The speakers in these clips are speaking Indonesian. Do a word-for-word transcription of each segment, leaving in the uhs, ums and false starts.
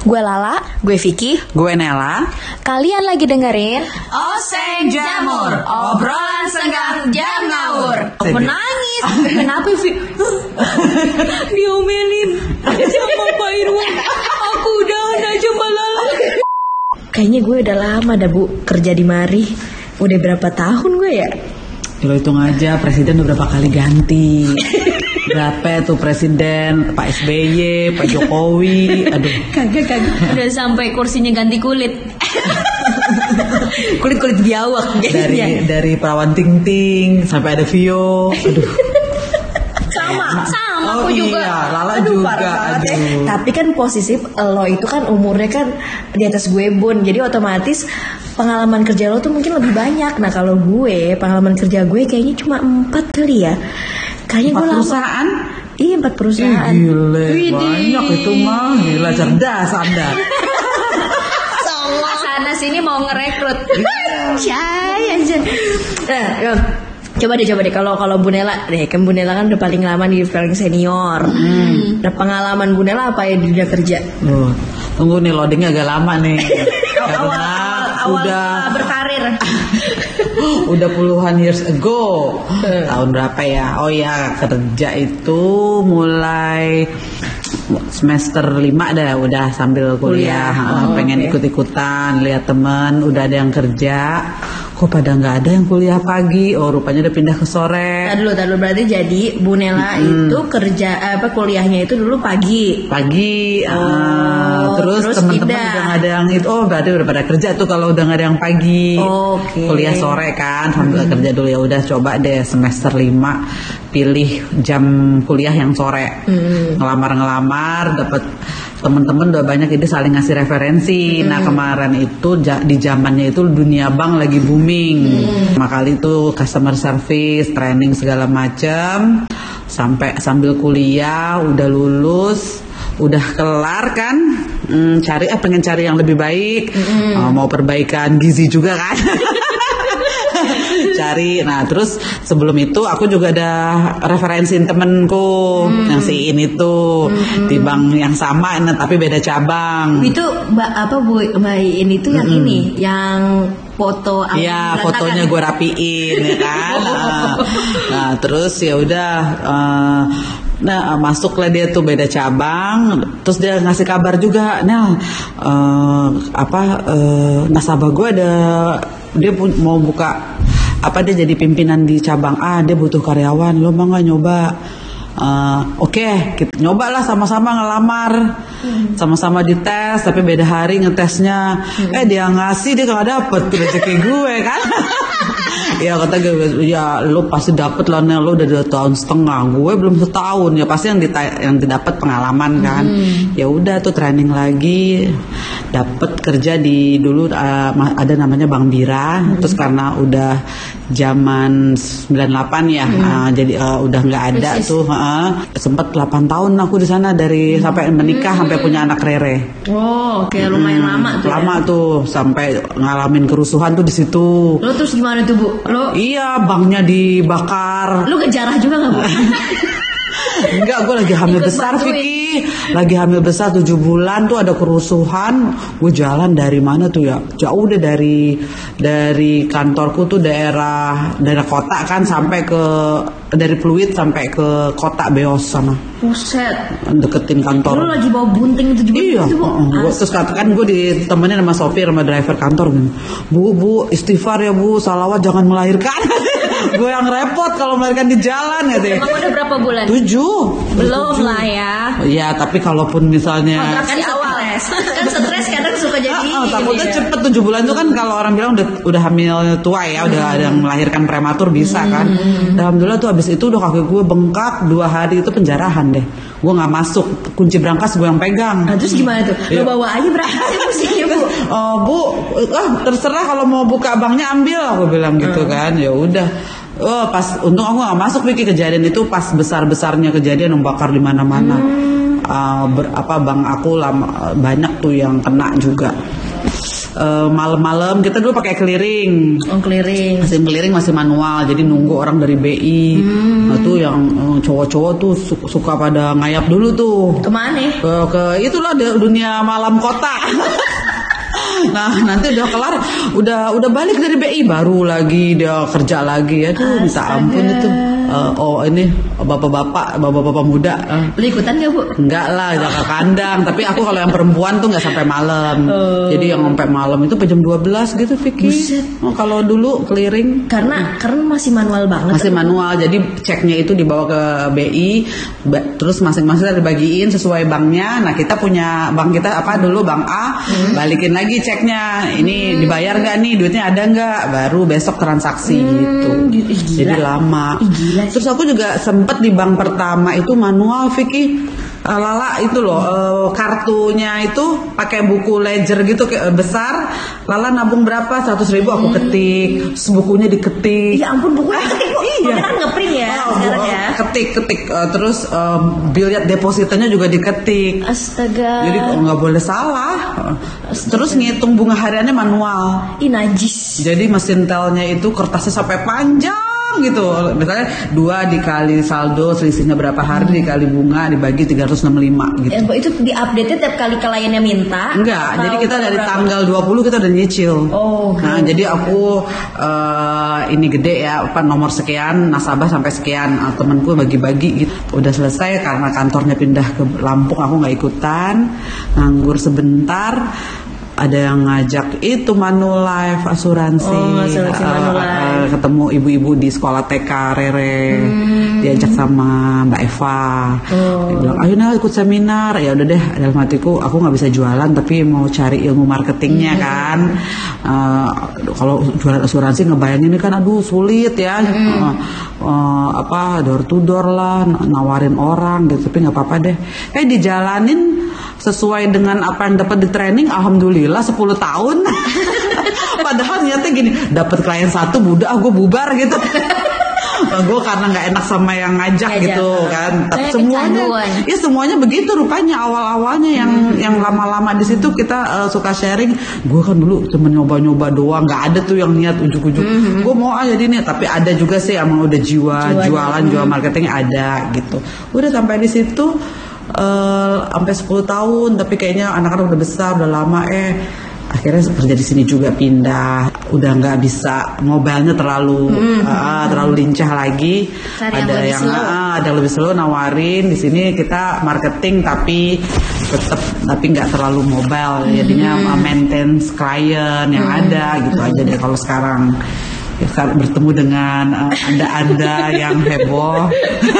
Gue Lala, gue Vicky, gue Nela. Kalian lagi dengerin Oseng Jamur, obrolan senggang jam ngawur. Aku nangis. Kenapa Vi? Diomelin sama Pak Irwan. Aku udah aja Lala. Kayaknya gue udah lama dah Bu kerja di mari. Udah berapa tahun gue ya? Lo hitung aja presiden udah berapa kali ganti. Berapa tuh presiden, Pak S B Y, Pak Jokowi. Aduh. Kagak kagak. Udah sampai kursinya ganti kulit. Kulit-kulit biawak. Dari dari perawan Ting Ting sampai ada Vio. Aduh. Sama, sama oh, aku juga. Iya, Lala aduh, juga. Aduh. Eh, tapi kan posisi lo itu kan umurnya kan di atas gue Bun. Jadi otomatis pengalaman kerja lo tuh mungkin lebih banyak. Nah kalau gue pengalaman kerja gue kayaknya cuma empat kali ya. Kayaknya Empat gue perusahaan? lama. Iya empat perusahaan. Ih, gile, Widih. banyak itu mah. Gila cerdas Anda. Sana sini mau ngerekrut. Caya aja. Nah, yuk. Coba deh, coba deh kalau kalau Bu Nela deh, kan Bu Nela kan udah paling lama di paling senior. Hmm. Nah, pengalaman Bu Nela apa ya di dunia kerja? Loh, tunggu nih loadingnya agak lama nih. awal, awal, awal udah berkarir. Udah puluhan years ago. Tahun berapa ya? Oh ya, kerja itu mulai semester lima dah udah sambil kuliah. Kuliah. Oh, pengen okay. ikut-ikutan, lihat teman udah ada yang kerja. Kok pada nggak ada yang kuliah pagi? Oh rupanya udah pindah ke sore. Tadi dulu, tadi dulu berarti jadi Bu Nela hmm. itu kerja apa kuliahnya itu dulu pagi. Pagi. Oh, uh, terus, terus teman-teman pindah. udah nggak ada yang itu. Oh berarti udah pada kerja tuh kalau udah nggak ada yang pagi. Oh, okay. Kuliah sore kan sambil hmm. kerja dulu ya udah coba deh semester lima pilih jam kuliah yang sore. Hmm. Ngelamar-ngelamar dapat teman-teman udah banyak jadi saling ngasih referensi. Hmm. Nah kemarin itu di zamannya itu dunia bank lagi booming. Hmm. Makali itu customer service, training segala macam. Sampai sambil kuliah udah lulus, udah kelar kan. Hmm, cari eh pengen cari yang lebih baik. Hmm. Uh, mau perbaikan gizi juga kan. Cari, nah terus sebelum itu aku juga ada referensiin temenku hmm. yang si ini tuh hmm. di bank yang sama, nah, tapi beda cabang. Itu mbak apa Bu mbak ini tuh yang hmm. ini, yang foto. Iya fotonya gue rapiin ya kan. nah, nah terus ya udah. Uh, Nah masuklah dia tuh beda cabang. Terus dia ngasih kabar juga. Nah uh, apa uh, nasabah gue ada dia pu- mau buka apa dia jadi pimpinan di cabang A, dia butuh karyawan, lo mau nggak nyoba? Uh, Oke, okay, kita nyobalah sama-sama ngelamar, hmm. sama-sama dites, tapi beda hari ngetesnya. Hmm. Eh dia ngasih dia nggak dapet rezeki gue kan? Ya kata gue, ya lo pasti dapet lah, lo udah dua tahun setengah, gue belum setahun, ya pasti yang dita- yang didapat pengalaman kan. Hmm. Ya udah tuh training lagi, dapet kerja di dulu uh, ada namanya Bank Bira, hmm. terus karena udah zaman sembilan puluh delapan ya, hmm. uh, jadi uh, udah nggak ada Persis. tuh, uh, sempet delapan tahun aku di sana dari hmm. sampai menikah hmm. sampai punya anak rere. Oh, kayak lumayan hmm. lama tuh. Lama ya? Tuh sampai ngalamin kerusuhan tuh di situ. Lo terus gimana tuh Bu? Lo iya banknya dibakar. Lo kejarah juga nggak Bu? Enggak, gue lagi hamil besar Vicky. Lagi hamil besar tujuh bulan tuh ada kerusuhan. Gue jalan dari mana tuh ya? Jauh deh dari dari kantorku tuh daerah daerah kota kan sampai ke dari Pluit sampai ke kota Beos sana. Buset. Deketin kantor. Lu lagi bawa bunting itu juga. Iya. Itu, Bu. Uh, gua, terus katakan gue ditemenin sama sopir sama driver kantor gitu. Bu, bu, istighfar ya Bu, salawat jangan melahirkan. Gue yang repot kalau melahirkan di jalan ya deh. Emang udah berapa bulan? Tujuh. Belum Tujuh. lah ya. Iya, tapi kalaupun misalnya kontraksi awal ya. Kan stres kadang suka jadi. Oh, takutnya ya. Cepet tujuh bulan tuh kan kalau orang bilang udah udah hamil tua ya, udah ada yang melahirkan prematur bisa kan. Hmm. Alhamdulillah tuh abis itu udah kaki gue bengkak dua hari itu penjarahan deh. Gue nggak masuk, kunci berangkas gue yang pegang. Nah, terus gimana tuh? Lo bawa aja berangkasnya mestinya Bu. Oh Bu, ah terserah kalau mau buka banknya ambil, aku bilang gitu hmm. kan. Ya udah. Oh pas untung aku nggak masuk Vicky, kejadian itu pas besar besarnya kejadian membakar di mana mana. Hmm. Uh, ber, apa bank aku lama, banyak tuh yang kena juga. uh, malam-malam kita dulu pakai keliring. Oh, keliring. Mesin keliring masih manual, jadi nunggu orang dari B I. Hmm. Nah tuh yang uh, cowok-cowok tuh su- suka pada ngayap dulu tuh. Kemana? Ke, ke itulah dunia malam kota. Nah nanti udah kelar, udah udah balik dari B I baru lagi dia kerja lagi ya tuh, minta ampun itu. Uh, oh ini bapak-bapak, bapak-bapak muda. Uh. Lu ikutan gak bu? Enggak lah, udah ke kandang. Tapi aku kalau yang perempuan tuh nggak sampai malam. Uh. Jadi yang sampai malam itu jam dua belas gitu, Vicky. Oh, kalau dulu clearing. Karena karena masih manual banget. Masih manual, jadi ceknya itu dibawa ke B I, terus masing-masing dibagiin sesuai banknya. Nah kita punya bank kita apa dulu bank A, hmm. balikin lagi ceknya. Ini hmm. dibayar nggak nih, duitnya ada nggak? Baru besok transaksi hmm. gitu. Gila. Jadi lama. Gila. Terus aku juga sempet di bank pertama itu manual, Vicky. Uh, Lala itu loh uh, kartunya itu pakai buku ledger gitu kayak uh, besar. Lala nabung berapa seratus ribu aku ketik, terus bukunya diketik. Ya ampun bukunya ketik bu. Iya. Kan ngeprint ya oh, sekarang ya. Ketik ketik uh, terus uh, bilet depositanya juga diketik. Astaga. Jadi nggak boleh salah. Astaga. Terus ngitung bunga hariannya manual. Ih najis. Jadi mesin telnya itu kertasnya sampai panjang gitu, misalnya dua dikali saldo selisihnya berapa hari, dikali bunga dibagi tiga ratus enam puluh lima gitu. Ya, itu diupdate tiap kali kliennya minta? Enggak, jadi kita dari berapa? Tanggal dua puluh kita udah nyicil. Oh. Nah, okay. Jadi aku uh, ini gede ya, apa nomor sekian, nasabah sampai sekian, uh, temanku bagi-bagi gitu. Udah selesai karena kantornya pindah ke Lampung, aku nggak ikutan, nganggur sebentar. Ada yang ngajak itu Manulife asuransi, oh, asuransi uh, uh, ketemu ibu-ibu di sekolah T K Rere, hmm. diajak sama Mbak Eva, oh. Dia bilang ayo nah ikut seminar, ya udah deh dalam hatiku aku nggak bisa jualan tapi mau cari ilmu marketingnya hmm. kan, uh, kalau jualan asuransi ngebayangin ini kan aduh sulit ya, hmm. uh, uh, apa door to door lah nawarin orang gitu, tapi nggak apa-apa deh, eh dijalanin sesuai dengan apa yang dapat di training, alhamdulillah sepuluh tahun. Padahal niatnya gini, dapat klien satu budak, gue bubar gitu. Gue karena nggak enak sama yang ngajak ya, gitu kan. Tapi eh, semuanya, ya semuanya begitu rupanya awal-awalnya yang hmm. yang lama-lama di situ kita uh, suka sharing. Gue kan dulu cuma nyoba-nyoba doang, nggak ada tuh yang niat ujuk-ujuk. Hmm. Gue mau aja nih, tapi ada juga sih yang udah jiwa, jiwa jualan, hmm. jual marketing ada gitu. Udah sampai di situ. Uh, sampai sepuluh tahun, tapi kayaknya anak-anak udah besar, udah lama, eh akhirnya kerja di sini juga pindah, udah nggak bisa, mobilnya terlalu mm-hmm. uh, terlalu lincah lagi. Cari ada yang, yang uh, ada yang lebih slow nawarin di sini kita marketing tapi tetap tapi nggak terlalu mobile, mm-hmm. jadinya uh, maintenance klien yang mm-hmm. ada gitu aja deh kalau sekarang. Ya, bertemu dengan uh, anda-anda yang heboh.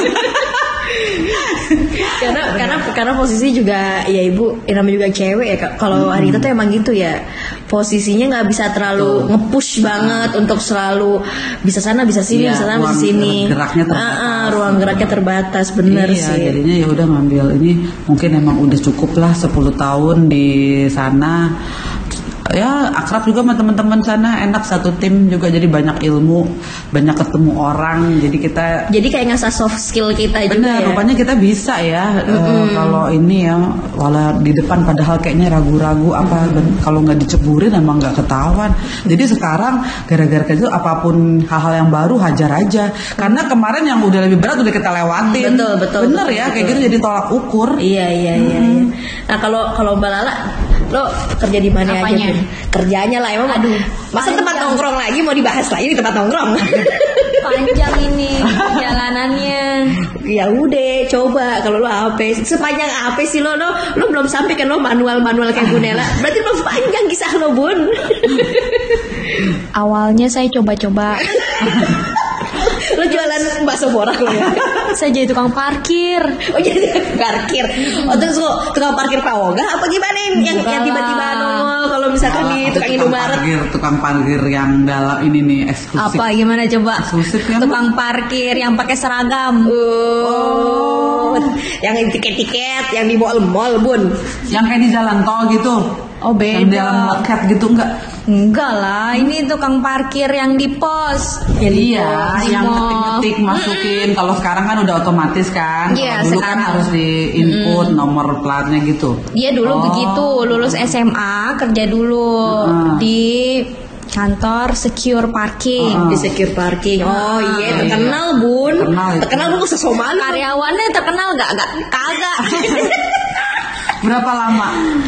karena karena karena posisi juga ya ibu, ya namanya juga cewek ya, kalau hari itu tuh emang gitu ya, posisinya nggak bisa terlalu nge-push banget untuk selalu bisa sana bisa sini ya, bisa sana bisa sini, geraknya terbatas, uh, uh, ruang geraknya terbatas, bener iya, sih. Jadinya ya udah ngambil ini, mungkin emang udah cukup lah sepuluh tahun di sana. Ya akrab juga sama teman-teman sana, enak satu tim juga, jadi banyak ilmu, banyak ketemu orang, jadi kita jadi kayak ngasah soft skill kita juga. Bener, ya rupanya kita bisa ya, mm-hmm. uh, kalau ini ya walau di depan padahal kayaknya ragu-ragu apa, mm-hmm. kalau nggak diceburin emang nggak ketahuan. Jadi sekarang gara-gara itu apapun hal-hal yang baru hajar aja, karena kemarin yang udah lebih berat udah kita lewatin. Betul betul. Bener betul, ya betul. Kayak gitu jadi tolak ukur. Iya iya iya. Mm-hmm. iya. Nah kalau kalau Mbak Lala, lo kerja di mana aja? Pun? Kerjanya lah emang. Aduh, masa tempat nongkrong lagi mau dibahas lagi di tempat nongkrong? Panjang ini perjalanannya. Ya udah, coba kalau lo apa? Sepanjang apa sih lo? Lo lo belum sampai kan lo manual-manual kayak Bu Nela. Berarti belum panjang kisah lo, Bun. Awalnya saya coba-coba. Lo jualan bakso borak lo ya? Saya jadi tukang parkir. Oh jadi tukang parkir. Oh terus lo tukang parkir Pawoga apa gimana yang yang tiba-tiba nongol kalau misalkan di tukang Indomaret? Parkir, tukang parkir yang dalam ini nih eksklusif. Apa gimana coba? Eksklusif kan? Tukang parkir yang pakai seragam. Oh. oh. Yang tiket-tiket yang di mall-mall, Bun. Yang kayak di jalan tol gitu. Oh beda. Yang dalam loket gitu enggak? Enggak lah, ini tukang parkir yang di pos. Ya, iya, di yang mall. ngetik-ngetik masukin. Mm-hmm. Kalau sekarang kan udah otomatis kan. Iya, dulu sekarang kan harus di input mm. nomor platnya gitu. Iya dulu oh. begitu, lulus S M A kerja dulu uh-huh. di kantor secure parking. uh. Di secure parking. Oh iya, terkenal Bun. Terkenal, terkenal Bun, sesomalu. Karyawannya terkenal gak? Gak kagak. Berapa lama?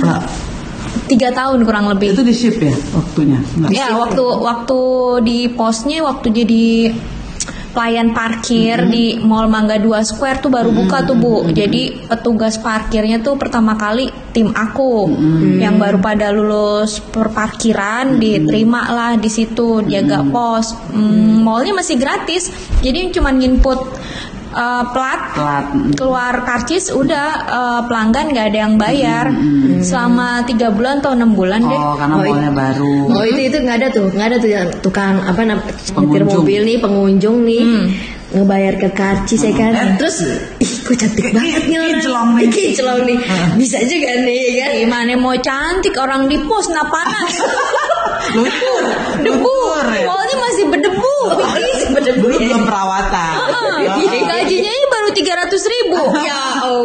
Tiga tahun kurang lebih. Itu di shift ya waktunya? Enggak. Ya waktu waktu di posnya waktu jadi pelayan parkir mm-hmm. di Mall Mangga dua Square tuh baru buka tuh Bu. Jadi petugas parkirnya tuh pertama kali tim aku mm-hmm. yang baru pada lulus perparkiran mm-hmm. diterima lah di situ jaga mm-hmm. pos. Mm, mallnya masih gratis. Jadi cuma nginput Uh, plat, plat keluar karcis udah uh, pelanggan nggak ada yang bayar hmm. selama tiga bulan atau enam bulan oh, deh. Karena oh, mallnya baru. Oh itu itu nggak ada tuh, nggak ada tuh yang tukang apa namanya nyetir mobil nih pengunjung nih hmm. ngebayar ke karcis ya kan. Eh, Terus ih kok cantik banget nih orang. Kicelong nih. Kicelong nih. Bisa juga nih ya kan. Gimana mau cantik orang di pos nggak panas. Lumpur, debu, mallnya masih berdebu. Dulu belum perawatan. Gajinya baru tiga ratus ribu. Ya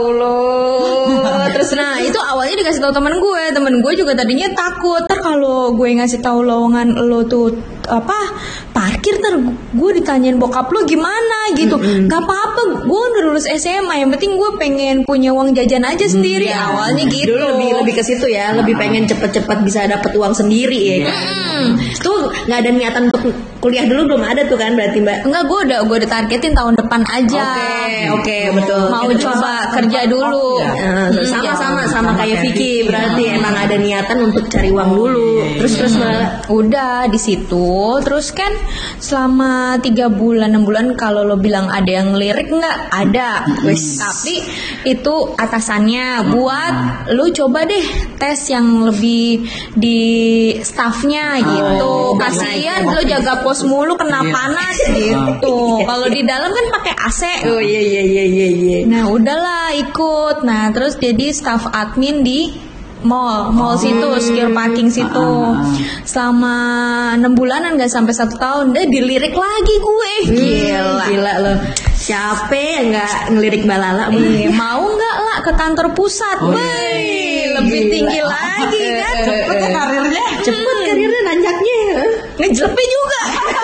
Allah. Terus nah itu awalnya dikasih tahu teman gue, teman gue juga tadinya takut. Ntar kalau gue ngasih tahu lowongan lo tuh apa parkir, ntar gue ditanyain bokap lo gimana gitu. Mm-hmm. Gak apa-apa, gue udah lulus S M A, yang penting gue pengen punya uang jajan aja sendiri. Mm, awalnya gitu. Dulu lebih lebih ke situ ya, lebih pengen cepet-cepet bisa dapat uang sendiri ya kan. Mm. Tuh nggak ada niatan untuk kuliah dulu, belum ada tuh kan berarti Mbak? Enggak, gue udah gue udah targetin tahun depan aja. Oke okay, oke okay, betul. Mau kita coba sama, kerja dulu. Uh, sama sama sama kayak Vicky, berarti hmm. emang ada niatan untuk cari uang dulu. Terus terus Mbak udah di situ, terus kan selama tiga bulan enam bulan kalau lo bilang ada yang lirik nggak ada. Wes tapi itu atasannya buat lo coba deh tes yang lebih di staffnya gitu. Kasihan lo jaga pos mulu kena panas gitu. Kalau di dalam kan pakai A C. Oh iya iya iya iya iya. Nah, udahlah ikut. Nah, terus jadi staff admin di mall, mall situ, secure parking situ. Selama enam bulanan nggak sampai satu tahun, deh dilirik lagi gue. Gila, gila lo. Siapa yang nggak ngelirik Mbak Lala? Eh, mau nggak lah ke kantor pusat? Oh, Wey, lebih tinggi lagi kan? Cepet ya karirnya. Cepet karirnya nanjaknya. Ngejlepin juga.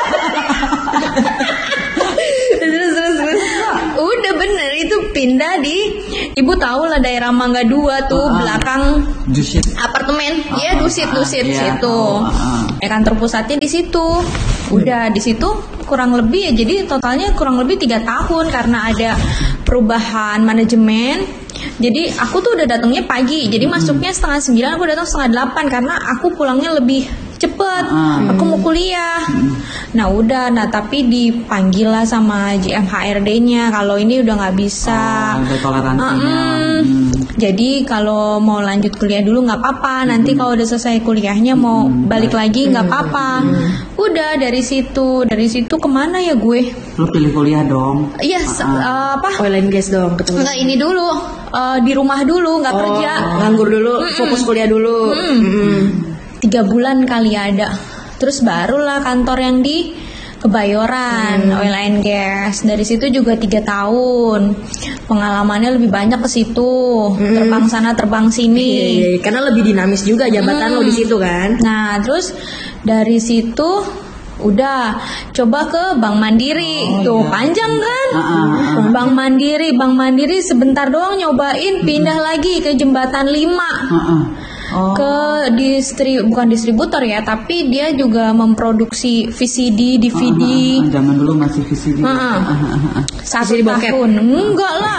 terus terus terus. Udah bener itu pindah di, ibu tahu lah daerah Mangga dua tuh uh, belakang Dusit. apartemen. Iya uh, dusit dusit uh, situ. Uh, uh. Ya kantor pusatnya di situ. Udah di situ kurang lebih ya, jadi totalnya kurang lebih tiga tahun karena ada perubahan manajemen. Jadi aku tuh udah datangnya pagi, jadi masuknya setengah sembilan, aku datang setengah delapan karena aku pulangnya lebih cepet. Hmm. Aku mau kuliah. Hmm. Nah udah, nah tapi dipanggil lah sama J M H R D-nya kalau ini udah nggak bisa. Oh, ada toleransinya. Hmm. Hmm. Jadi kalau mau lanjut kuliah dulu nggak apa-apa. Nanti hmm. kalau udah selesai kuliahnya mau hmm. balik lagi nggak apa-apa. Hmm. Udah dari situ, dari situ kemana ya gue? Lu pilih kuliah dong. Iya, yes, uh-uh. uh, apa? Oil and gas dong. Ketemu. Enggak, ini dulu uh, di rumah dulu, nggak oh, kerja. Nganggur dulu, Mm-mm. fokus kuliah dulu. Mm-mm. Mm-mm. Tiga bulan kali ada. Terus barulah kantor yang di Kebayoran, hmm. oil and gas. Dari situ juga tiga tahun. Pengalamannya lebih banyak ke situ. Hmm. Terbang sana, terbang sini. Iya, iya. Karena lebih dinamis juga jabatan hmm. lo di situ kan. Nah, terus dari situ udah coba ke Bank Mandiri. Oh, tuh iya. Panjang kan? Uh-uh. Bank Mandiri, Bank Mandiri sebentar doang nyobain, pindah uh-uh. lagi ke Jembatan lima. Uh-uh. Oh. Ke distri bukan distributor ya, tapi dia juga memproduksi V C D, D V D. Uh, uh, uh, zaman dulu masih V C D. Uh, uh. Uh, uh, uh. Satu tahun, enggak lah,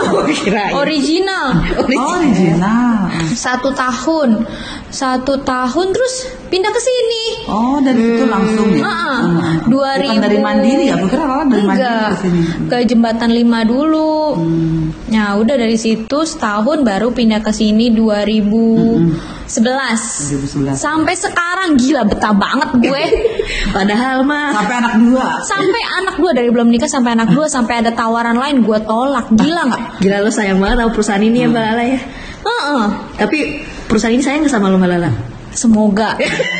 original. Oh, original. Satu tahun, satu tahun terus pindah ke sini. Oh, dari hmm. situ langsung ya. Uh, dua ribu. Bukan dari Mandiri ya, bukan apa dari Mandiri ke sini. Ke Jembatan lima dulu. Hmm. Nah, udah dari situ setahun baru pindah ke sini dua ribu sebelas. dua ribu sebelas. Sampai sekarang gila betah banget gue. Padahal mah sampai anak dua. Sampai anak dua, dari belum nikah sampai anak dua, sampai ada tawaran lain gue tolak. Gila nggak? Gila, lo sayang banget sama perusahaan ini hmm. ya Mbak Lala ya. Uh-uh. Tapi perusahaan ini sayang nggak sama lo Mbak Lala? Semoga.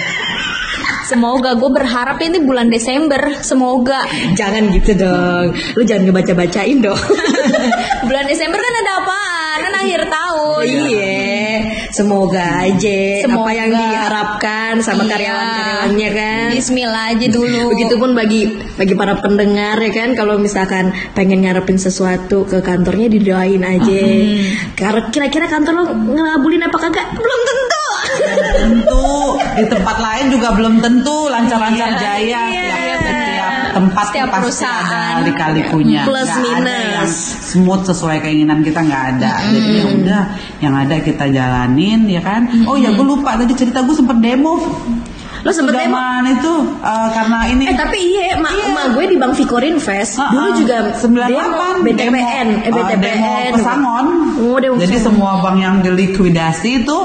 Semoga, gue berharap ini bulan Desember. Semoga. Jangan gitu dong. Lu jangan ngebaca-bacain dong. Bulan Desember kan ada apaan? Kan akhir tahun. Iya. Semoga aja Semoga. apa yang diharapkan sama Iya. karyawan-karyawannya kan. Bismillah aja dulu. Begitupun bagi bagi para pendengar ya kan, kalau misalkan pengen ngarepin sesuatu ke kantornya didoain aja. Karena kira-kira kantor lo ngabulin apa kagak? Belum tentu. Tentu di tempat lain juga belum tentu lancar-lancar Iya, jaya. iya, Setiap, iya. setiap tempat Setiap tuh pasti perusahaan. ada lika-likunya. Plus Nggak ada minus. yang smooth sesuai keinginan kita, nggak ada. Jadi ya udah, yang ada kita jalanin ya kan. Oh ya, gue lupa tadi cerita gue sempet demo. Lo sempet demo? Zaman itu uh, karena ini. Eh tapi iya, mak Iya. emak gue di Bank Vikorin Fest Ah, dulu ah. juga sembilan puluh demo delapan B T P N, eh, demo, B T P N. uh, demo pesangon. Oh, demo Jadi pesangon. semua bank yang dilikuidasi itu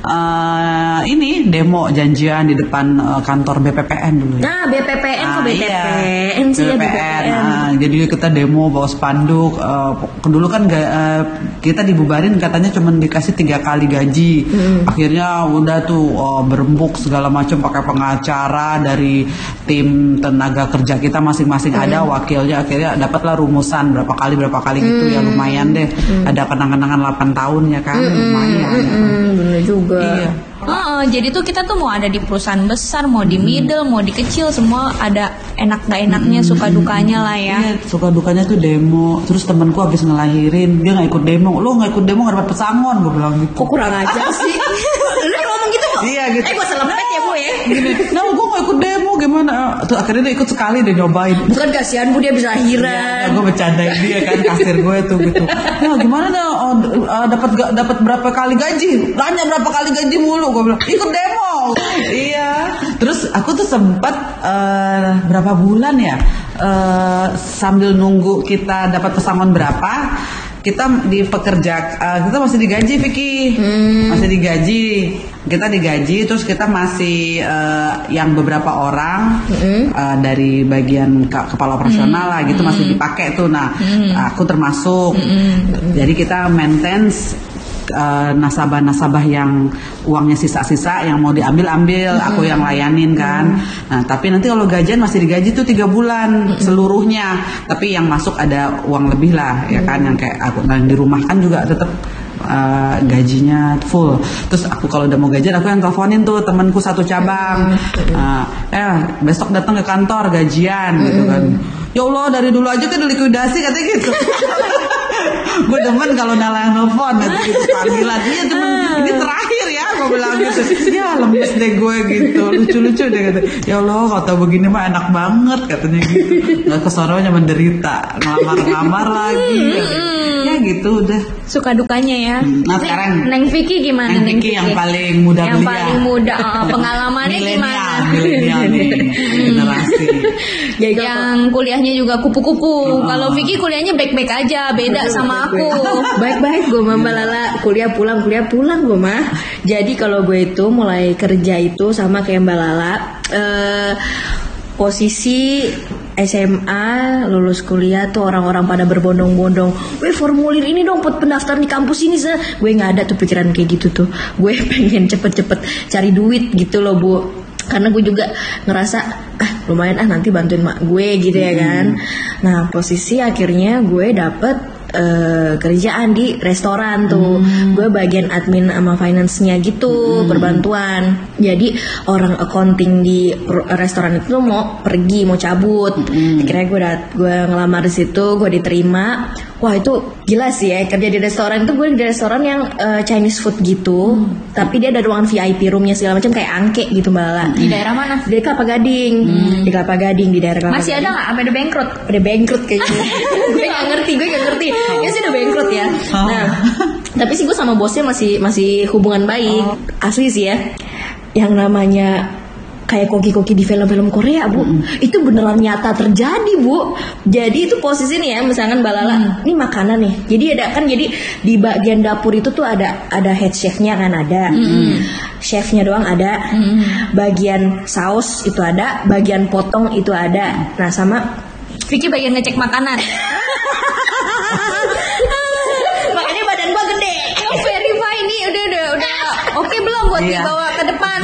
uh, ini demo janjian di depan uh, kantor B P P N dulu. Ya. Nah, B P P N kok Ah, B T P N iya. sih ya B P P N. B P P N. Ah, jadi kita demo bawa spanduk. Uh, dulu kan ga- uh, kita dibubarin katanya cuma dikasih tiga kali gaji. Akhirnya udah tuh uh, berembuk segala macam pakai pengacara dari tim tenaga kerja kita masing-masing ada wakilnya. Akhirnya dapatlah rumusan berapa kali berapa kali gitu ya, lumayan deh. Ada kenang-kenangan delapan tahun ya kan, lumayan. Hmm, bener juga. Iya. Heeh, jadi tuh kita tuh mau ada di perusahaan besar, mau di middle, mau di kecil, semua ada enak gak enaknya, suka dukanya lah ya. Iya, suka dukanya tuh demo. Terus temanku habis ngelahirin, dia nggak ikut demo. Lo nggak ikut demo nggak dapat pesangon, gue bilang gitu. Kok kurang ajar sih? Lu ngomong gitu kok? Iya, gitu. Eh gue selepet ya bu ya. Gini, nah gue nggak ikut demo gimana? Tuh akhirnya dia ikut sekali, dia nyobain. Bukan kasihan bu, dia bisa lahiran. Gue bercandain dia kan, kasir gue tuh gitu. Nah gimana nih, oh, uh, dapat ga- dapat berapa kali gaji? Nanya berapa kali gaji mulu, gue bilang ikut demo. Iya. Terus aku tuh sempat uh, berapa bulan ya, uh, sambil nunggu kita dapat pesangon berapa, kita di pekerja, uh, kita masih digaji Vicky, masih digaji, kita digaji, terus kita masih uh, yang beberapa orang uh, dari bagian ka- kepala operasional lah gitu masih dipakai tuh, nah aku termasuk, jadi kita maintenance uh, nasabah-nasabah yang uangnya sisa-sisa yang mau diambil-ambil, aku yang layanin kan. Nah tapi nanti kalau gajian masih digaji tuh tiga bulan seluruhnya, tapi yang masuk ada uang lebih lah ya kan, yang kayak aku nah, di rumah kan juga tetap uh, gajinya full. Terus aku kalau udah mau gajian aku yang teleponin tuh temanku satu cabang, uh, eh besok datang ke kantor gajian gitu kan. Ya Allah dari dulu aja kan likuidasi katanya gitu. Gue demen kalau nalang nelfon gitu, gitu panggilan. Iya temen ini terakhir ya gue bilang gitu. Ya lemes deh gue gitu, lucu-lucu deh kata. Ya Allah kalau tau begini mah enak banget katanya gitu. Nggak kesoronya menderita, ngelamar-ngelamar lagi. Ya gitu udah. Suka dukanya ya. Nah sekarang Neng Vicky gimana? Neng Vicky yang paling muda Yang belia. paling muda, oh, pengalamannya Milenial, gimana? milenial nih generasi. Jadi kalau- Yang kuliahnya juga kupu-kupu. Kalau Vicky kuliahnya baik-baik aja, beda sama aku. Baik-baik gue mah Mbak Lala, kuliah pulang kuliah pulang gue mah. Jadi kalau gue itu mulai kerja itu sama kayak Mbak Lala, eh, posisi S M A lulus kuliah tuh orang-orang pada berbondong-bondong, weh formulir ini dong buat pendaftaran di kampus ini sih. Gue nggak ada tuh pikiran kayak gitu tuh. Gue pengen cepet-cepet cari duit gitu loh bu. Karena gue juga ngerasa ah lumayan ah nanti bantuin mak gue gitu ya kan. Nah posisi akhirnya gue dapet eh, kerjaan di restoran tuh. Gue bagian admin sama finance-nya gitu, berbantuan. Jadi orang accounting di ro- restoran itu mau pergi, mau cabut. Akhirnya gue dat gue ngelamar di situ, gue diterima. Wah itu gila sih ya, kerja di restoran itu. Gue di restoran yang eh, Chinese food gitu, tapi dia ada ruangan V I P roomnya segala macam kayak angke gitu Mbak Lala. Di daerah mana? Di Kelapa Gading, di Kelapa Gading di daerah Kelapa Masih ada Gading. nggak? Sampai ada bangkrut? Udah bangkrut kayaknya. Gue gak ngerti, gue gak ngerti. Ya sih udah bangkrut ya. Nah, tapi sih gue sama bosnya masih masih hubungan baik. Asli sih ya. Yang namanya kayak koki-koki di film-film Korea bu, itu beneran nyata terjadi bu. Jadi itu posisi nih ya, misalkan Mbak Lala, ini makanan nih. Jadi ada kan, jadi di bagian dapur itu tuh ada ada head chefnya kan ada, chefnya doang ada, bagian saus itu ada, bagian potong itu ada. Nah sama Vicky bagian ngecek makanan. makanya badan gua gede. Oh, verify nih udah udah udah oke belum buat Iya. dibawa ke depan.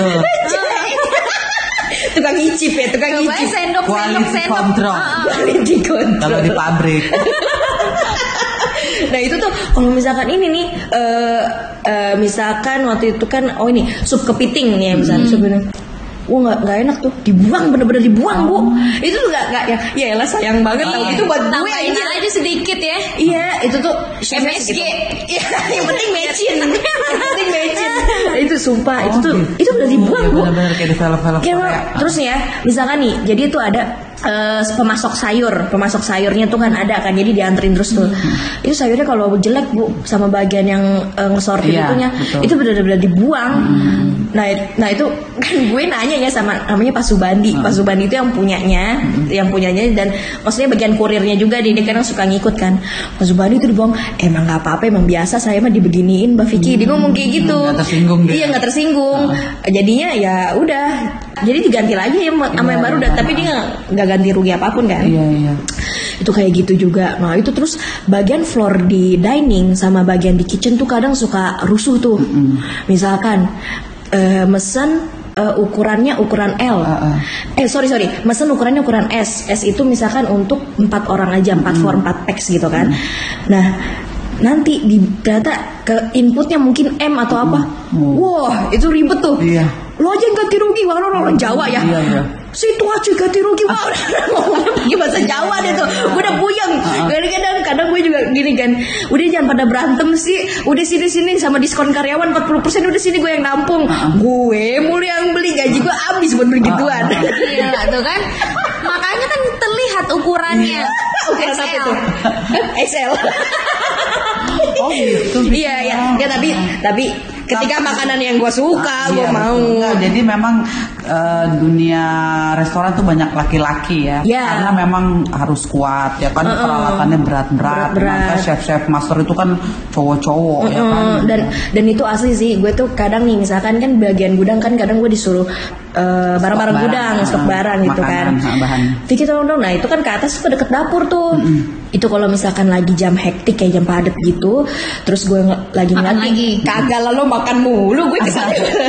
Tukang icip ya, tukang Coba icip. sendok, sendok, Quality sendok. control. Ah, ah. Quality control. Kalau di pabrik. Nah itu tuh kalau misalkan ini nih, eh eh, misalkan waktu itu kan, oh ini sup kepiting nih ya, misalnya sup ini. Wah nggak nggak enak tuh, dibuang bener-bener dibuang bu. Itu tuh nggak nggak ya, ya elah sayang banget tau Iya. itu buat gue Tambahin aja. aja sedikit ya. Iya itu tuh M S G. Iya yang penting mecin, yang penting mecin. Itu sumpah itu Oh, tuh gitu. itu udah dibuang bu. Bener-bener kayak di film-film Kayak Korea. lo- terus nih ya, misalkan nih, jadi itu ada eh, pemasok sayur, pemasok sayurnya tuh kan ada kan, jadi dianterin terus tuh. Hmm. Itu sayurnya kalau jelek bu, sama bagian yang eh, ngesortir Iya, itunya, betul. itu benar-benar dibuang. Nah, nah itu kan gue nanya ya sama namanya Pak Subandi, Pak Subandi itu yang punyanya, yang punyanya dan maksudnya bagian kurirnya juga dia, dia kadang suka ngikut kan. Pak Subandi itu dibuang, emang nggak apa-apa, emang biasa saya mah dibeginiin Mbak Vicky, dia ngomong kayak gitu. Nggak tersinggung dia. Iya nggak tersinggung. Jadinya ya udah, jadi diganti lagi ya sama yang baru, dan tapi dia nggak nggak ganti rugi apapun kan. Iya iya. Itu kayak gitu juga. Nah itu terus bagian floor di dining sama bagian di kitchen tuh kadang suka rusuh tuh. Misalkan eh, mesen eh, ukurannya ukuran L. Uh-uh. Eh sorry sorry, mesen ukurannya ukuran S. S itu misalkan untuk empat orang aja, empat for empat packs gitu kan. Nah nanti di data ke inputnya mungkin M atau apa. Wah itu ribet tuh. Iya. Lo aja yang ganti rugi, wah orang orang Jawa ya. Iya, iya. Situ aja ganti rugi, wah ngomongnya pakai bahasa Jawa deh tuh. Gue udah puyeng. Kadang-kadang kadang gue juga gini kan. Udah jangan pada berantem sih. Udah sini-sini sama diskon karyawan empat puluh persen, udah sini gue yang nampung. Gue mulu yang beli, gaji gue habis buat beli gituan. Iya tuh kan. Makanya kan terlihat ukurannya. Ukuran apa itu? X L. Oh gitu. Iya ya, ya tapi tapi ketika makanan yang gue suka, gue Iya, mau. betul. Nggak, jadi memang eh, dunia restoran tuh banyak laki-laki ya. Iya. Karena memang harus kuat ya kan, peralatannya berat-berat. Berat-berat. Maka chef-chef master itu kan cowok-cowok ya kan. Mm, dan dan itu asli sih, gue tuh kadang nih misalkan kan bagian gudang kan kadang gue disuruh eh, barang-barang Stok gudang, barang, stok barang gitu kan. makanan, ha, bahan. Vicky tolong dong, nah itu kan ke atas ke deket dapur tuh. Itu kalau misalkan lagi jam hektik kayak jam padat gitu, terus gue nge- lagi Makan ngeliat lagi. kagak lah lo makan mulu, gue kesana.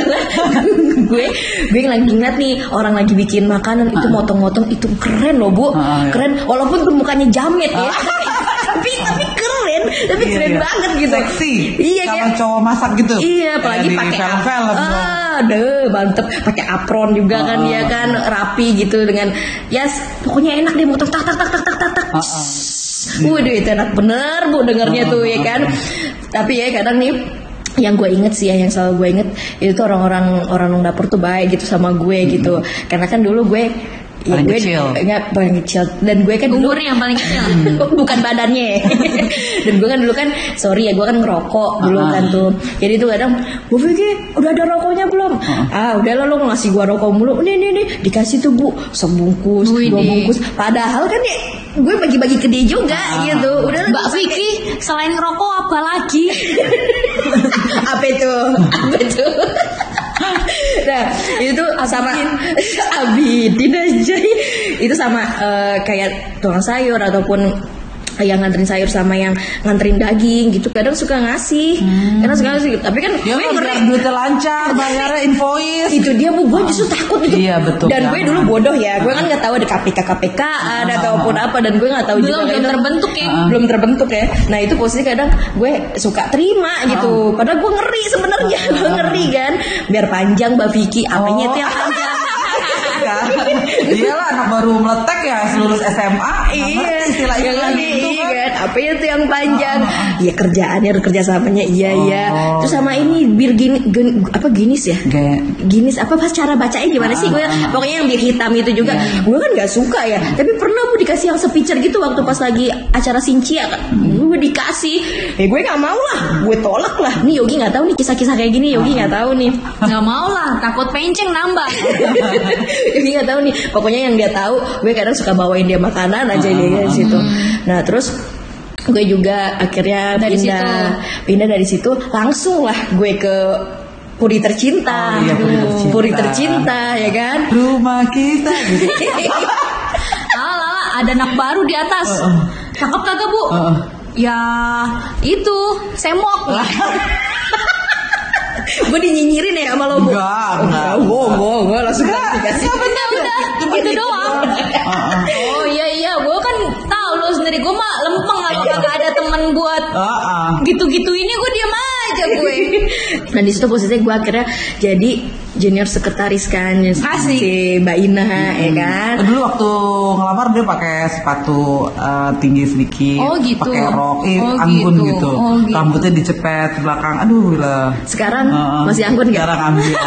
gue gue lagi ngeliat nih orang lagi bikin makanan itu motong-motong, itu keren loh bu, Ah, iya. keren walaupun tuh mukanya jamet ya. tapi tapi keren, tapi Iya, keren iya. banget gitu. Seksi. Iya Kalau kayak cowok masak gitu. iya, apalagi Kayak di pakai film-film. ap- ah, deh, mantep, pakai apron juga kan Ah, ya kan, rapi gitu dengan ya s- pokoknya enak deh motong tak tak tak tak tak tak tak. Ah, ah. Waduh itu enak bener bu dengernya Ah, tuh ya ah, kan. ah. Tapi ya kadang nih yang gue inget sih ya, yang selalu gue inget itu tuh orang-orang orang dapur tuh baik gitu sama gue gitu. Karena kan dulu gue ya Paling gue kecil. enggak paling kecil, dan gue kan dulu Umurnya yang paling kecil. bukan badannya. Dan gue kan dulu kan sorry ya, gue kan ngerokok dulu Ah. kan tuh, jadi tuh kadang Bu Vicky udah ada rokoknya belum? Ah udah lah, lo ngasih gue rokok mulu, nih nih nih dikasih tuh bu sebungkus Wih, dua deh. bungkus, padahal kan ya gue bagi-bagi ke dia juga gitu. Udah lah, Mbak Vicky selain ngerokok apa lagi? apa itu apa itu nah itu sama Abidin aja itu sama eh, kayak tukang sayur ataupun yang nganterin sayur sama yang nganterin daging gitu, kadang suka ngasih, kadang suka ngasih, tapi kan Ya gue kan ngeri. biar duitnya lancar, bayarnya invoice. Itu dia bu, gue justru takut gitu. Iya, betul, Dan gue jangan. dulu bodoh ya, gue kan nggak tahu ada K P K K P K ada ataupun apa, dan gue nggak tahu Belum, juga belum itu. terbentuk ya. Ah. Belum terbentuk ya. Nah itu posisi kadang gue suka terima gitu, padahal gue ngeri sebenarnya, gue ngeri kan. Biar panjang Mbak Vicky, apanya Oh. itu yang panjang? Kan? Iyalah anak baru meletek ya, lulus S M A. nggak Iya, ngerti istilah-istilah yang gitu iya kan. kan. Apa itu yang panjang? Iya kerjaannya harus kerja samanya, iya iya. Oh. Terus sama ini bir gini, gen- apa ginis ya? Ge- Ginis apa pas cara bacanya gimana sih gue? Pokoknya yang bir hitam itu juga. Gue kan nggak suka ya. Tapi pernah gue dikasih yang sepicture gitu waktu pas lagi acara Sincia kan. Gue dikasih. Eh gue nggak mau lah. Gue tolak lah. Nih Yogi nggak tahu nih kisah-kisah kayak gini. Yogi nggak tahu nih. Nggak mau lah, takut penceng nambah. Yogi nggak tahu nih. Pokoknya yang dia tahu, gue kadang suka bawain dia makanan aja dia di situ. Nah terus gue juga akhirnya Dari pindah situ. pindah dari situ langsung lah gue ke Puri Tercinta. Oh, iya, Puri Tercinta. Puri Tercinta ya kan. Rumah kita gitu. Alah, ada anak baru di atas. Cakep kagak bu? Heeh. Ya itu semok. Gue dinyinyirin ya sama lo, Bu? Enggak, enggak. Gue, gue, gue langsung Enggak, dikasih. Udah, udah, gitu doang. Oh iya iya, gue kan tahu lo sendiri. Gue mah lempeng kalau kagak ada temen buat Heeh. gitu-gitu ini gue diam aja gue. Nah di situ posisinya gue akhirnya jadi junior sekretaris kan, Asik. si Mbak Ina, ya kan. Dulu waktu ngelamar dia pakai sepatu eh, tinggi sedikit, Oh, gitu. pakai rok, eh, Oh, anggun gitu. gitu, Oh, gitu. rambutnya dicepet ke belakang, aduh lah. Sekarang Heeh. masih anggun gak? Sekarang ambiar.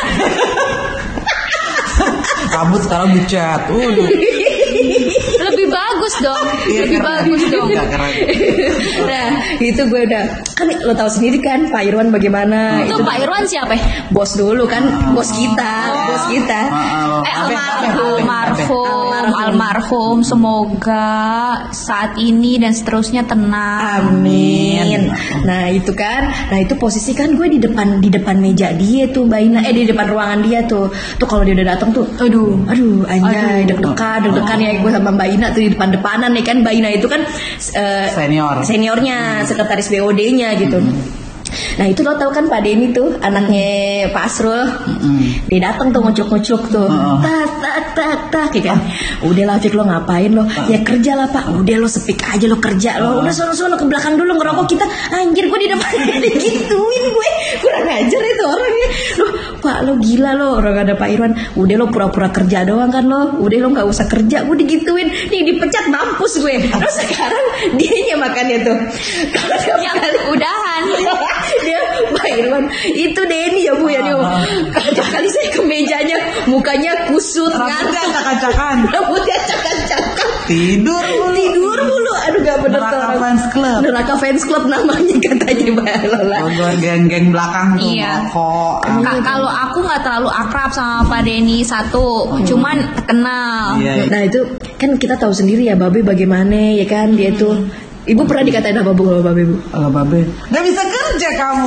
Rambut sekarang dicat, waduh. Lebih bagus dong, Iya, lebih keren. bagus dong. Iya, keren. Nah itu gue udah kan lo tahu sendiri kan Pak Irwan bagaimana. Itu Pak Irwan siapa? Bos dulu kan, bos kita, bos kita. Heeh. Eh Abe, abe, almarhum, abe, abe. almarhum, Almarhum. almarhum. Semoga saat ini dan seterusnya tenang. Amin. Nah itu kan, nah itu posisi kan gue di depan di depan meja dia tuh Mbak Ina, eh di depan ruangan dia tuh. Tuh kalau dia udah datang tuh, aduh, aduh, anjay, deg-degan, deg-degan ya gue sama Mbak Ina tuh di depan-depanan nih kan. Mbak Ina itu kan eh, Senior. seniornya, sekretaris B O D-nya gitu. Nah itu lo tau kan Pak Denny tuh anaknya Pak Asrul, dia datang tuh ngocok-ngocok tuh, tak tak tak tak, ya kan. Udah lah Fik, lo ngapain lo? Ya kerja lah Pak. Udah lo sepik aja lo kerja lo. Udah sono-sono ke belakang dulu ngerokok kita. Anjir gue di depan digituin gue, kurang ajar itu orangnya. Loh Pak lo gila lo, orang ada Pak Irwan. Udah lo pura-pura kerja doang kan lo. Udah lo nggak usah kerja, gue digituin. Nih dipecat mampus gue. Terus sekarang dianya makannya tuh. Kalau dia Yang makan- udahan. dia Pak Irwan itu Denny ya Bu ya dia kacau kali saya ke mejanya mukanya kusut Rambutnya ngantuk acak-acakan. rambutnya acak-acakan Tidur mulu. tidur mulu aduh gak bener tuh Neraka orang. Fans Club. Neraka Fans Club namanya katanya Mbak Lola. Gue geng-geng belakang tuh Iya. rokok. Kak, kalau aku nggak terlalu akrab sama Pak Denny satu, cuman kenal. Iya. Nah itu kan kita tahu sendiri ya Babe bagaimana ya kan dia tuh. Ibu pernah dikatain apa Bu kalau Babe Bu? Kalau babe, nggak bisa kerja kamu.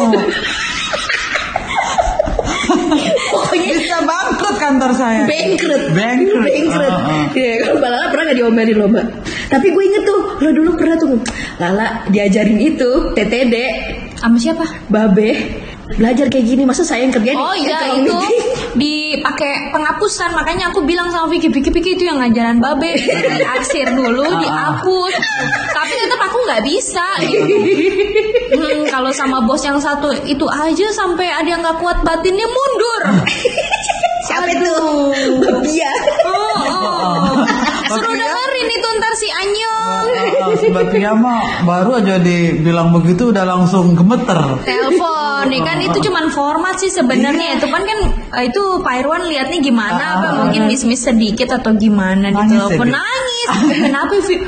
Pokoknya Bisa bangkrut kantor saya. bangkrut, Bangkrut. bangkrut. Ah, ah. Iya, kalau Mbak Lala pernah nggak diomelin lo Mbak? Tapi gue inget tuh, lo dulu pernah tuh Lala diajarin itu T T D, Sama siapa? Babe belajar kayak gini, masa saya yang kerja Oh di iya ekonomi? itu dipakai penghapusan, makanya aku bilang sama Vicky, Vicky, Vicky itu yang ngajaran Babe diarsir dulu, dihapus. Tapi tetap aku nggak bisa. Gitu. Hmm, kalau sama bos yang satu itu aja sampai ada yang nggak kuat batinnya mundur. Siapa itu? Bapia. Oh, oh. Suruh dengerin itu ntar si Anyong. Sebab dia mah baru aja dibilang begitu udah langsung gemeter. Telepon, nih kan itu cuman format sih sebenarnya. Itu kan kan eh, itu Pak Irwan liatnya gimana? Apa mungkin miss-miss sedikit atau gimana di Nangis telepon ya, Di? nangis. Kenapa Vi?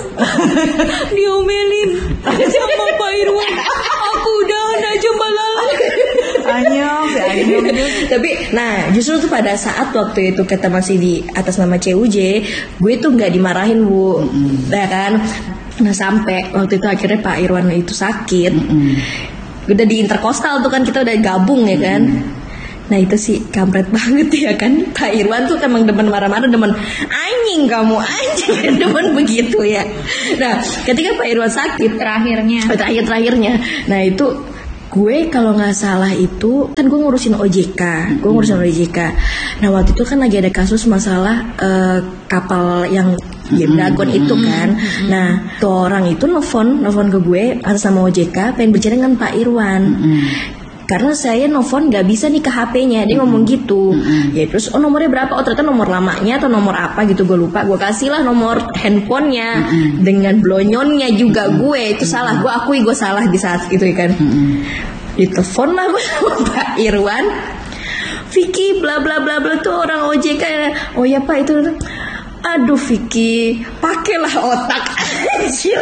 Diomelin sama Pak Irwan. Aku udahan aja Mbak Lala. Anyong, si Anyong. Tapi nah justru tuh pada saat waktu itu kita masih di atas nama C U J, gue tuh nggak dimarahin Bu, ya kan? Nah sampai waktu itu akhirnya Pak Irwan itu sakit, udah di interkostal tuh kan kita udah gabung ya kan? Nah itu sih kampret banget ya kan. Pak Irwan tuh emang demen marah-marah, demen anjing kamu anjing, demen begitu ya. Nah ketika Pak Irwan sakit Terakhirnya. terakhir-terakhirnya, nah itu gue kalau nggak salah itu kan gue ngurusin O J K, gue ngurusin O J K. Nah waktu itu kan lagi ada kasus masalah eh, kapal yang Game Dragon itu kan. Nah tuh orang itu nelfon, nelfon ke gue atas nama O J K, pengen bicara dengan Pak Irwan. Karena saya nelfon nggak bisa nih ke H P-nya, dia ngomong gitu. Ya terus oh nomornya berapa? Oh ternyata nomor lamanya atau nomor apa gitu gue lupa. Gue kasih lah nomor handphonenya dengan blonyonnya juga gue itu salah. Gue akui gue salah di saat itu kan. Ditelepon lah gue sama Pak Irwan. Vicky bla bla bla bla tuh orang O J K. Oh ya Pak itu. Aduh Vicky, pakailah otak. Anjir.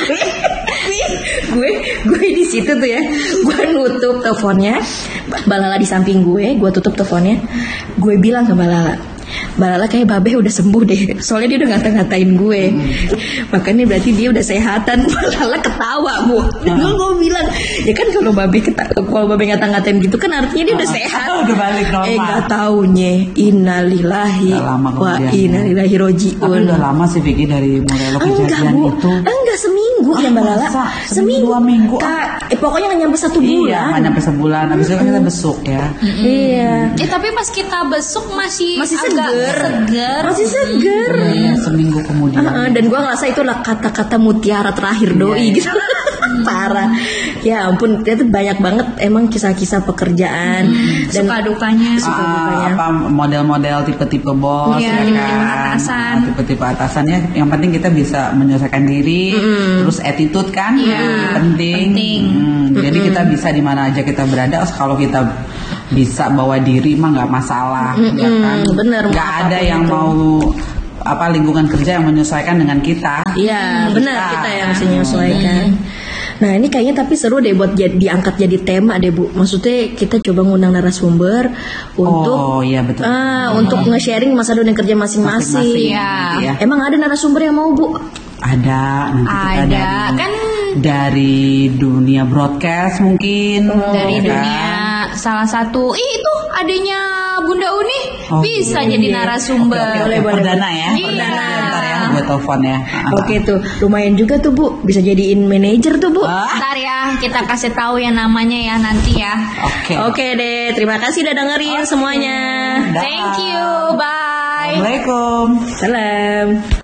gue gue di situ tuh ya, gue nutup teleponnya, Mbak Lala di samping gue, gue tutup teleponnya, gue bilang ke Mbak Lala, Mbak Lala kayak Babe udah sembuh deh, soalnya dia udah ngata-ngatain gue, makanya berarti dia udah sehatan. Mbak Lala ketawa Bu, gue gue bilang, ya kan kalau Babe keta- kalau Babe ngata-ngatain gitu kan artinya dia udah sehat. Udah balik normal. Eh nggak taunya, innalillahi Udah lama wa kemudian. innalillahi Tapi rojiun. udah lama sih Vicky dari mulai lo Enggak kejadian Bu, itu. enggak seminggu Ah, ya Mbak Lala. masa? Seminggu, dua minggu, Kak, Eh pokoknya nggak nyampe satu Iya, bulan. nggak nyampe sebulan. Habis itu kan kita besuk ya. Iya. Eh tapi pas kita besuk masih Masih agak seger. seger. Masih seger. Iya, seminggu kemudian. Heeh, dan gue ngerasa itu lah kata-kata mutiara terakhir doi gitu. Parah. Ya ampun, itu banyak banget emang kisah-kisah pekerjaan dan Suka dukanya. suka Ah, dukanya. apa model-model tipe-tipe bos Iya, ya tipe-tipe kan. atasan. Ah, tipe-tipe atasannya yang penting kita bisa menyelesaikan diri, terus attitude kan Iya, penting. penting. Hmm, jadi kita bisa di mana aja kita berada. Kalau kita bisa bawa diri mah nggak masalah, ya kan. bener, mau Nggak ada apapun yang itu. mau apa lingkungan kerja yang menyesuaikan dengan kita. Iya, benar Bisa. kita yang harus menyesuaikan. Nah ini kayaknya tapi seru deh buat jadi, diangkat jadi tema deh Bu. Maksudnya kita coba ngundang narasumber untuk Oh iya betul. ah, untuk nge-sharing masa dunia kerja masing-masing. Masing-masing, Iya. gitu ya. Emang ada narasumber yang mau Bu? Ada nanti kita Ada, dari, kan dari dunia broadcast mungkin Dari ya kan? dunia salah satu ih itu adanya Bunda Uni Oh, bisa iya. jadi narasumber. Oke, oke, Boleh, oke. boleh, Perdana boleh. ya. Iya. Perdana ya, ntar ya gue telepon ya. Oke tuh, lumayan juga tuh Bu, bisa jadiin manajer tuh Bu. Ah, Ntar ya kita kasih tahu ya namanya ya nanti ya. Oke. Oke deh, terima kasih udah dengerin semuanya. Dah. Thank you, bye. Assalamualaikum. Salam.